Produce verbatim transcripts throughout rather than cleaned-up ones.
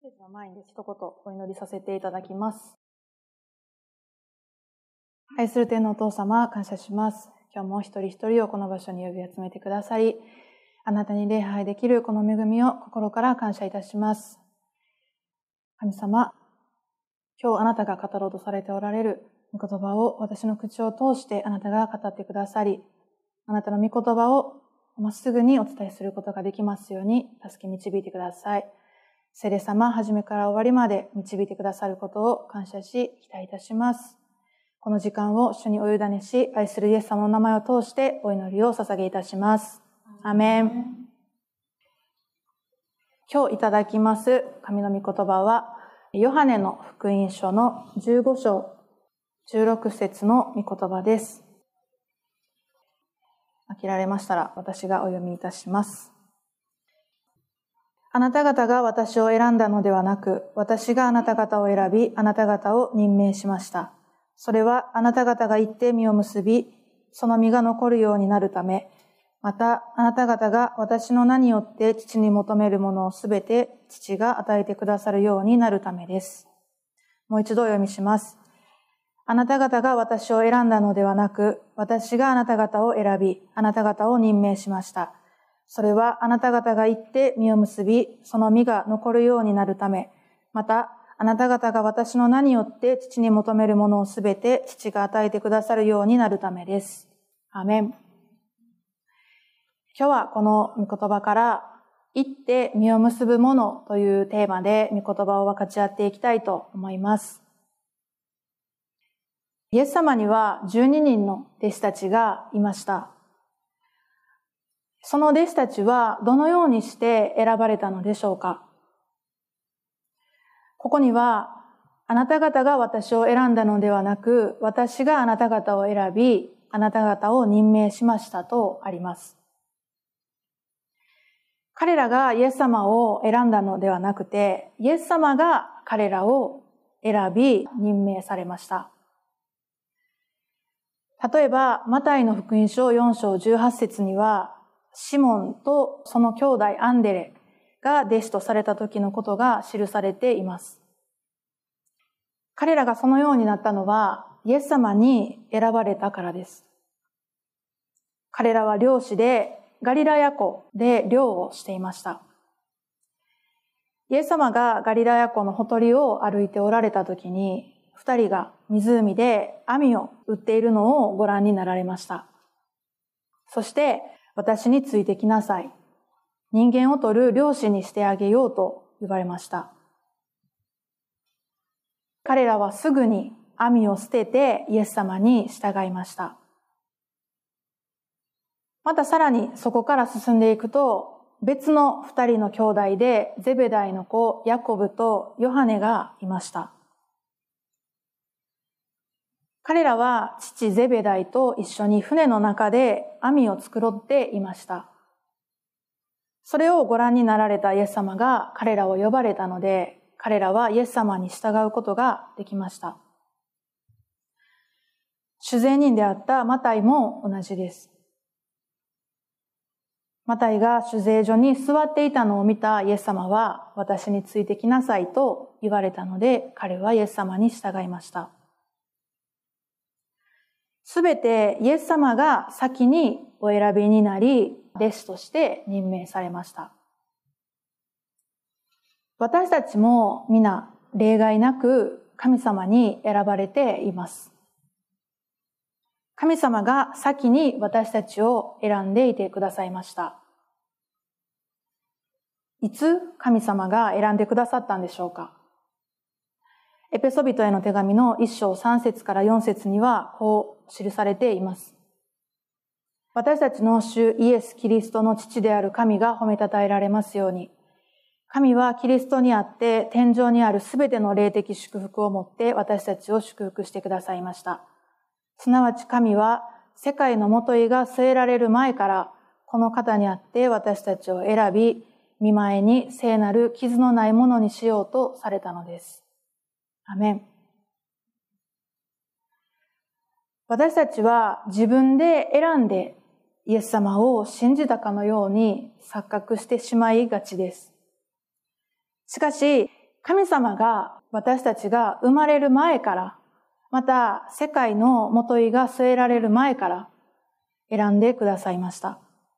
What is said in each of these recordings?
聖書の前に一言お祈りさせていただきます。愛する天のお父様、感謝します。今日も一人一人をこの場所に呼び集めてくださり、あなたに礼拝できるこの恵みを心から感謝いたします。神様、今日あなたが語ろうとされておられる御言葉を私の口を通してあなたが語ってくださり、あなたの御言葉をまっすぐにお伝えすることができますように助け導いてください。聖霊様、初めから終わりまで導いてくださることを感謝し、期待いたします。この時間を主にお委ねし、愛するイエス様の名前を通してお祈りを捧げいたします。アメン。今日いただきます神の御言葉は、ヨハネの福音書のじゅうご章じゅうろく節の御言葉です。飽きられましたら私がお読みいたします。あなた方が私を選んだのではなく、私があなた方を選び、あなた方を任命しました。それはあなた方が行って実を結び、その実が残るようになるため、またあなた方が私の名によって父に求めるものをすべて父が与えてくださるようになるためです。もう一度お読みします。あなた方が私を選んだのではなく、私があなた方を選び、あなた方を任命しました。それはあなた方が行って実を結び、その実が残るようになるため、またあなた方が私の名によって父に求めるものをすべて父が与えてくださるようになるためです。アーメン。今日はこの御言葉から、行って実を結ぶものというテーマで御言葉を分かち合っていきたいと思います。イエス様にはじゅうににんの弟子たちがいました。その弟子たちはどのようにして選ばれたのでしょうか。ここには、あなた方が私を選んだのではなく、私があなた方を選び、あなた方を任命しましたとあります。彼らがイエス様を選んだのではなくて、イエス様が彼らを選び、任命されました。例えば、マタイの福音書よん章じゅうはち節には、シモンとその兄弟アンデレが弟子とされた時のことが記されています。彼らがそのようになったのは、イエス様に選ばれたからです。彼らは漁師で、ガリラヤ湖で漁をしていました。イエス様がガリラヤ湖のほとりを歩いておられた時に、二人が湖で網を売っているのをご覧になられました。そして、私についてきなさい。人間を取る漁師にしてあげようと言われました。彼らはすぐに網を捨ててイエス様に従いました。またさらにそこから進んでいくと、別の二人の兄弟でゼベダイの子ヤコブとヨハネがいました。彼らは父ゼベダイと一緒に船の中で網を繕っていました。それをご覧になられたイエス様が彼らを呼ばれたので、彼らはイエス様に従うことができました。主税人であったマタイも同じです。マタイが主税所に座っていたのを見たイエス様は、私についてきなさいと言われたので、彼はイエス様に従いました。すべてイエス様が先にお選びになり、弟子として任命されました。私たちも皆例外なく神様に選ばれています。神様が先に私たちを選んでいてくださいました。いつ神様が選んでくださったんでしょうか。エペソビトへの手紙のいっ章さん節からよん節にはこう記されています。私たちの主イエス・キリストの父である神が褒めたたえられますように。神はキリストにあって天上にあるすべての霊的祝福をもって私たちを祝福してくださいました。すなわち神は世界のもといが据えられる前からこの方にあって私たちを選び、御前に聖なる傷のないものにしようとされたのです。アメン。私たちは自分で選んでイエス様を信じたかのように錯覚してしまいがちです。しかし、 神様が私たちが生まれる前から、また世界のもといが据えられる前から選んでくださいました。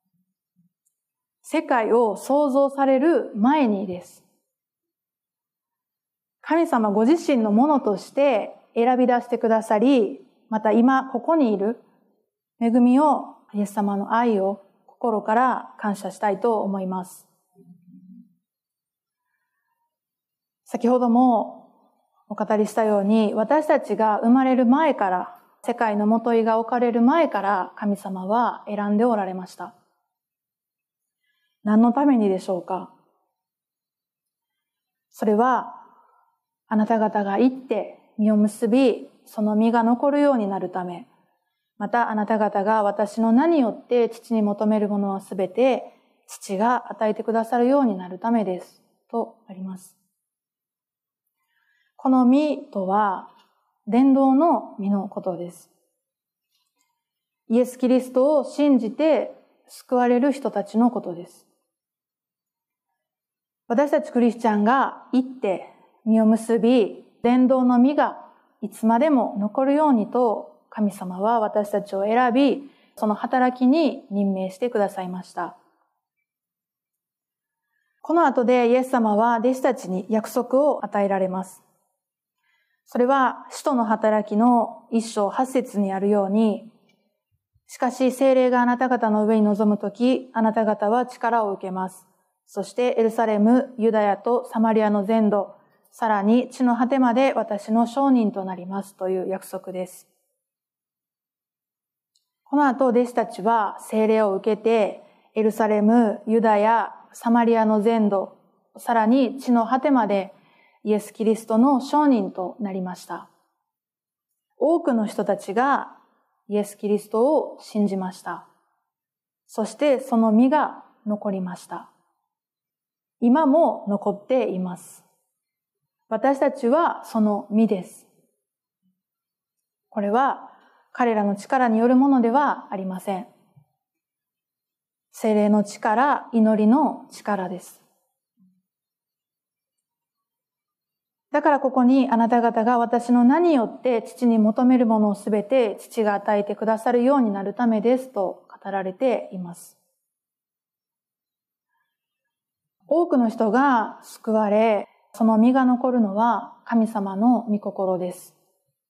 世界を創造される前にです。神様ご自身のものとして選び出してくださり、また今ここにいる恵みを、イエス様の愛を心から感謝したいと思います。先ほどもお語りしたように、私たちが生まれる前から、世界のもといが置かれる前から神様は選んでおられました。何のためにでしょうか？それは、あなた方が行って実を結び、その実が残るようになるため、またあなた方が私の名によって父に求めるものはすべて父が与えてくださるようになるためです。とあります。この実とは、伝道の実のことです。イエス・キリストを信じて救われる人たちのことです。私たちクリスチャンが行って実を結び、伝道の実がいつまでも残るようにと、神様は私たちを選び、その働きに任命してくださいました。この後でイエス様は弟子たちに約束を与えられます。それは使徒の働きの一章八節にあるように、しかし聖霊があなた方の上に臨むとき、あなた方は力を受けます。そしてエルサレム、ユダヤとサマリアの全土、さらに地の果てまで私の証人となりますという約束です。この後弟子たちは聖霊を受けて、エルサレム、ユダヤ、サマリアの全土、さらに地の果てまでイエス・キリストの証人となりました。多くの人たちがイエス・キリストを信じました。そしてその実が残りました。今も残っています。私たちはその実です。これは彼らの力によるものではありません。聖霊の力、祈りの力です。だからここにあなた方が私の名によって父に求めるものをすべて父が与えてくださるようになるためですと語られています。多くの人が救われ、その実が残るのは神様の御心です。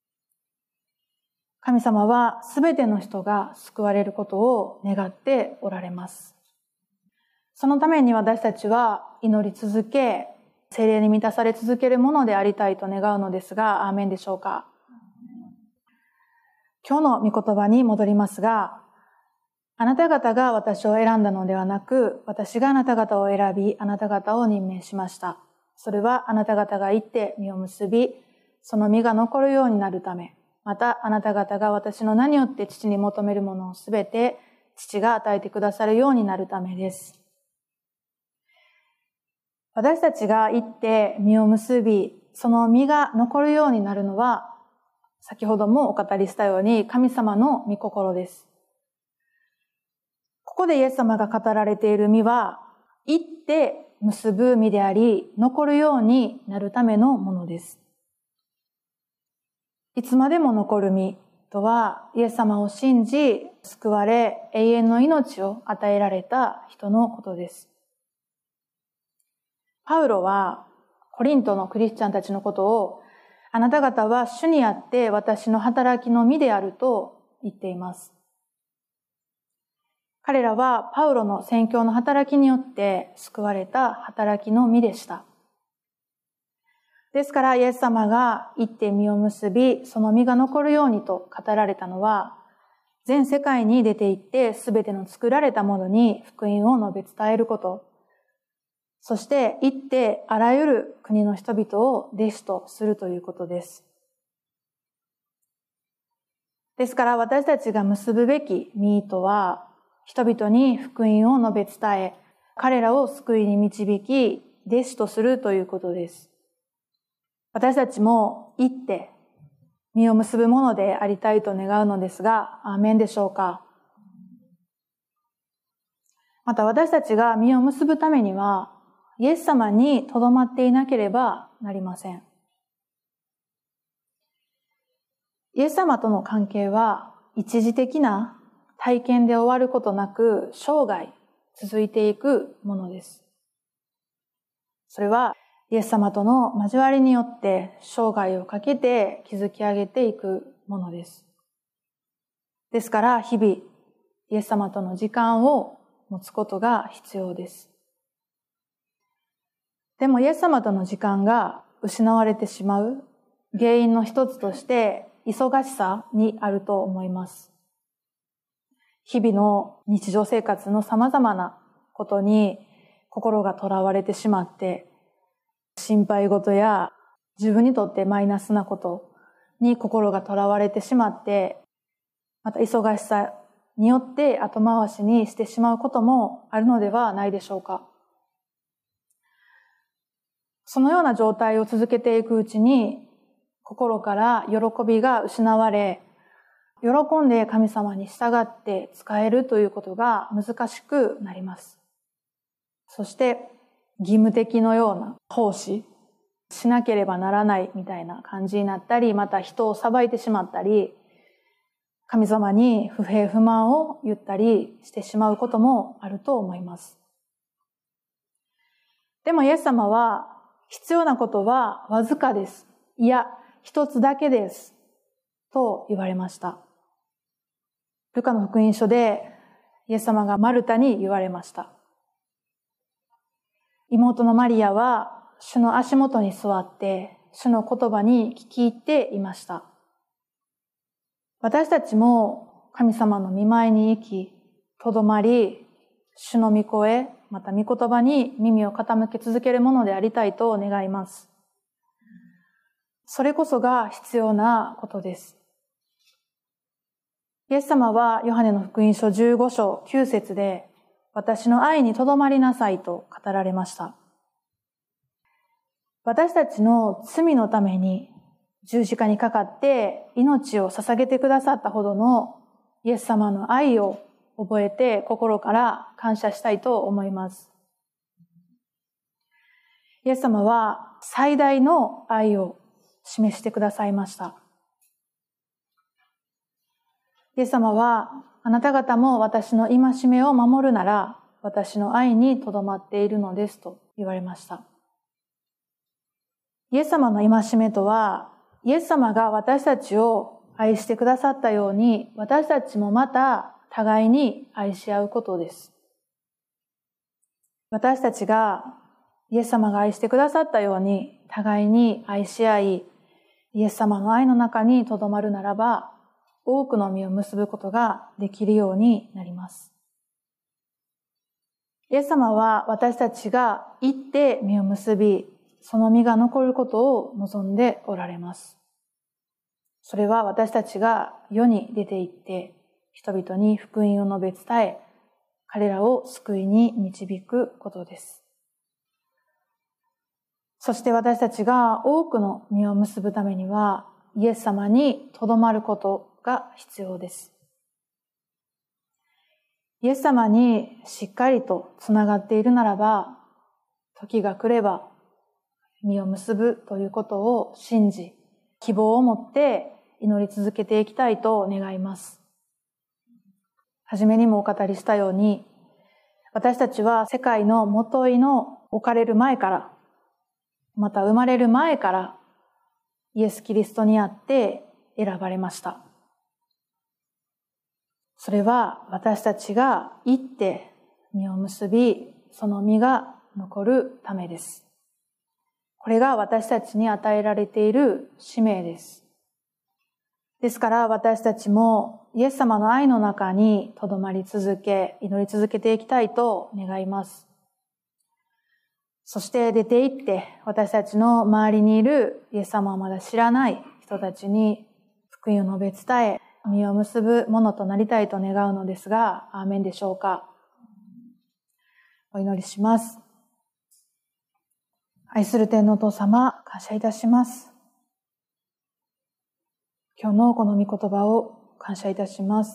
神様はすべての人が救われることを願っておられます。そのために私たちは祈り続け、聖霊に満たされ続けるものでありたいと願うのですが、アーメンでしょうか。今日の御言葉に戻りますが、あなた方が私を選んだのではなく、私があなた方を選び、あなた方を任命しました。それはあなた方が行って実を結び、その実が残るようになるため、またあなた方が私の名によって父に求めるものをすべて父が与えてくださるようになるためです。私たちが行って実を結び、その実が残るようになるのは、先ほどもお語りしたように神様の御心です。ここでイエス様が語られている実は、行って結ぶ実であり、残るようになるためのものです。いつまでも残る実とは、イエス様を信じ、救われ、永遠の命を与えられた人のことです。パウロはコリントのクリスチャンたちのことを、あなた方は主にあって私の働きの実であると言っています。彼らはパウロの宣教の働きによって救われた働きの実でした。ですからイエス様が行って実を結び、その実が残るようにと語られたのは、全世界に出て行ってすべての作られたものに福音を述べ伝えること、そして行ってあらゆる国の人々を弟子とするということです。ですから私たちが結ぶべき実とは、人々に福音を述べ伝え、彼らを救いに導き、弟子とするということです。私たちも行って実を結ぶものでありたいと願うのですが、アーメンでしょうか。また私たちが実を結ぶためには、 イエス様にとどまっていなければなりません。イエス様との関係は一時的な体験で終わることなく生涯続いていくものです。それはイエス様との交わりによって生涯をかけて築き上げていくものです。ですから日々イエス様との時間を持つことが必要です。でもイエス様との時間が失われてしまう原因の一つとして忙しさにあると思います。日々の日常生活の様々なことに心がとらわれてしまって、心配事や自分にとってマイナスなことに心がとらわれてしまって、また忙しさによって後回しにしてしまうこともあるのではないでしょうか。そのような状態を続けていくうちに、心から喜びが失われ、喜んで神様に従って使えるということが難しくなります。そして義務的のような奉仕しなければならないみたいな感じになったり、また人を裁いてしまったり、神様に不平不満を言ったりしてしまうこともあると思います。でもイエス様は必要なことはわずかです。いや、一つだけです。と言われました。ルカの福音書でイエス様がマルタに言われました。妹のマリアは主の足元に座って主の言葉に聞き入っていました。私たちも神様の御前に生き、とどまり、主の御声、また御言葉に耳を傾け続けるものでありたいと願います。それこそが必要なことです。イエス様はヨハネの福音書じゅうご章きゅう節で、私の愛にとどまりなさいと語られました。私たちの罪のために十字架にかかって命を捧げてくださったほどのイエス様の愛を覚えて心から感謝したいと思います。イエス様は最大の愛を示してくださいました。イエス様は、あなた方も私の戒めを守るなら、私の愛にとどまっているのですと言われました。イエス様の戒めとは、イエス様が私たちを愛してくださったように、私たちもまた互いに愛し合うことです。私たちがイエス様が愛してくださったように、互いに愛し合い、イエス様の愛の中にとどまるならば、多くの実を結ぶことができるようになります。イエス様は私たちが行って実を結び、その実が残ることを望んでおられます。それは私たちが世に出て行って、人々に福音を述べ伝え、彼らを救いに導くことです。そして私たちが多くの実を結ぶためには、イエス様にとどまることが必要です。イエス様にしっかりとつながっているならば、時が来れば実を結ぶということを信じ、希望を持って祈り続けていきたいと願います。はじめにもお語りしたように、私たちは世界のもといの置かれる前から、また生まれる前からイエス・キリストにあって選ばれました。それは私たちが行って実を結び、その実が残るためです。これが私たちに与えられている使命です。ですから私たちもイエス様の愛の中にとどまり続け、祈り続けていきたいと願います。そして出て行って私たちの周りにいるイエス様をまだ知らない人たちに福音を述べ伝え、実を結ぶものとなりたいと願うのですが、アーメンでしょうか。お祈りします。愛する天のお父様、感謝いたします。今日のこの御言葉を感謝いたします。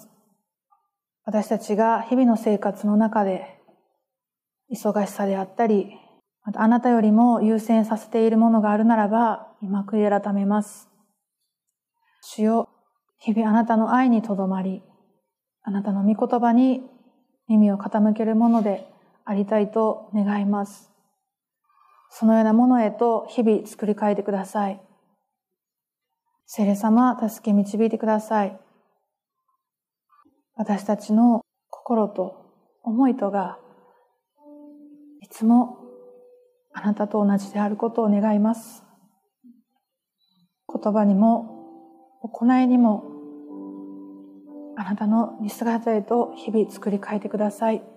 私たちが日々の生活の中で忙しさであったり、 またあなたよりも優先させているものがあるならば、今悔い改めます。主よ、日々あなたの愛にとどまり、あなたの御言葉に耳を傾けるものでありたいと願います。そのようなものへと日々作り変えてください。聖霊様、助け導いてください。私たちの心と思いとがいつもあなたと同じであることを願います。言葉にも行いにもあなたの似姿へと日々作り変えてください。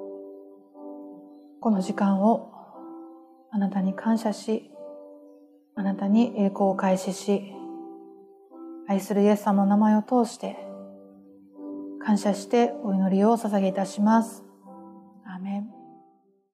この時間をあなたに感謝し、あなたに栄光を返しし、愛するイエス様の名前を通して感謝してお祈りを捧げいたします。アーメン。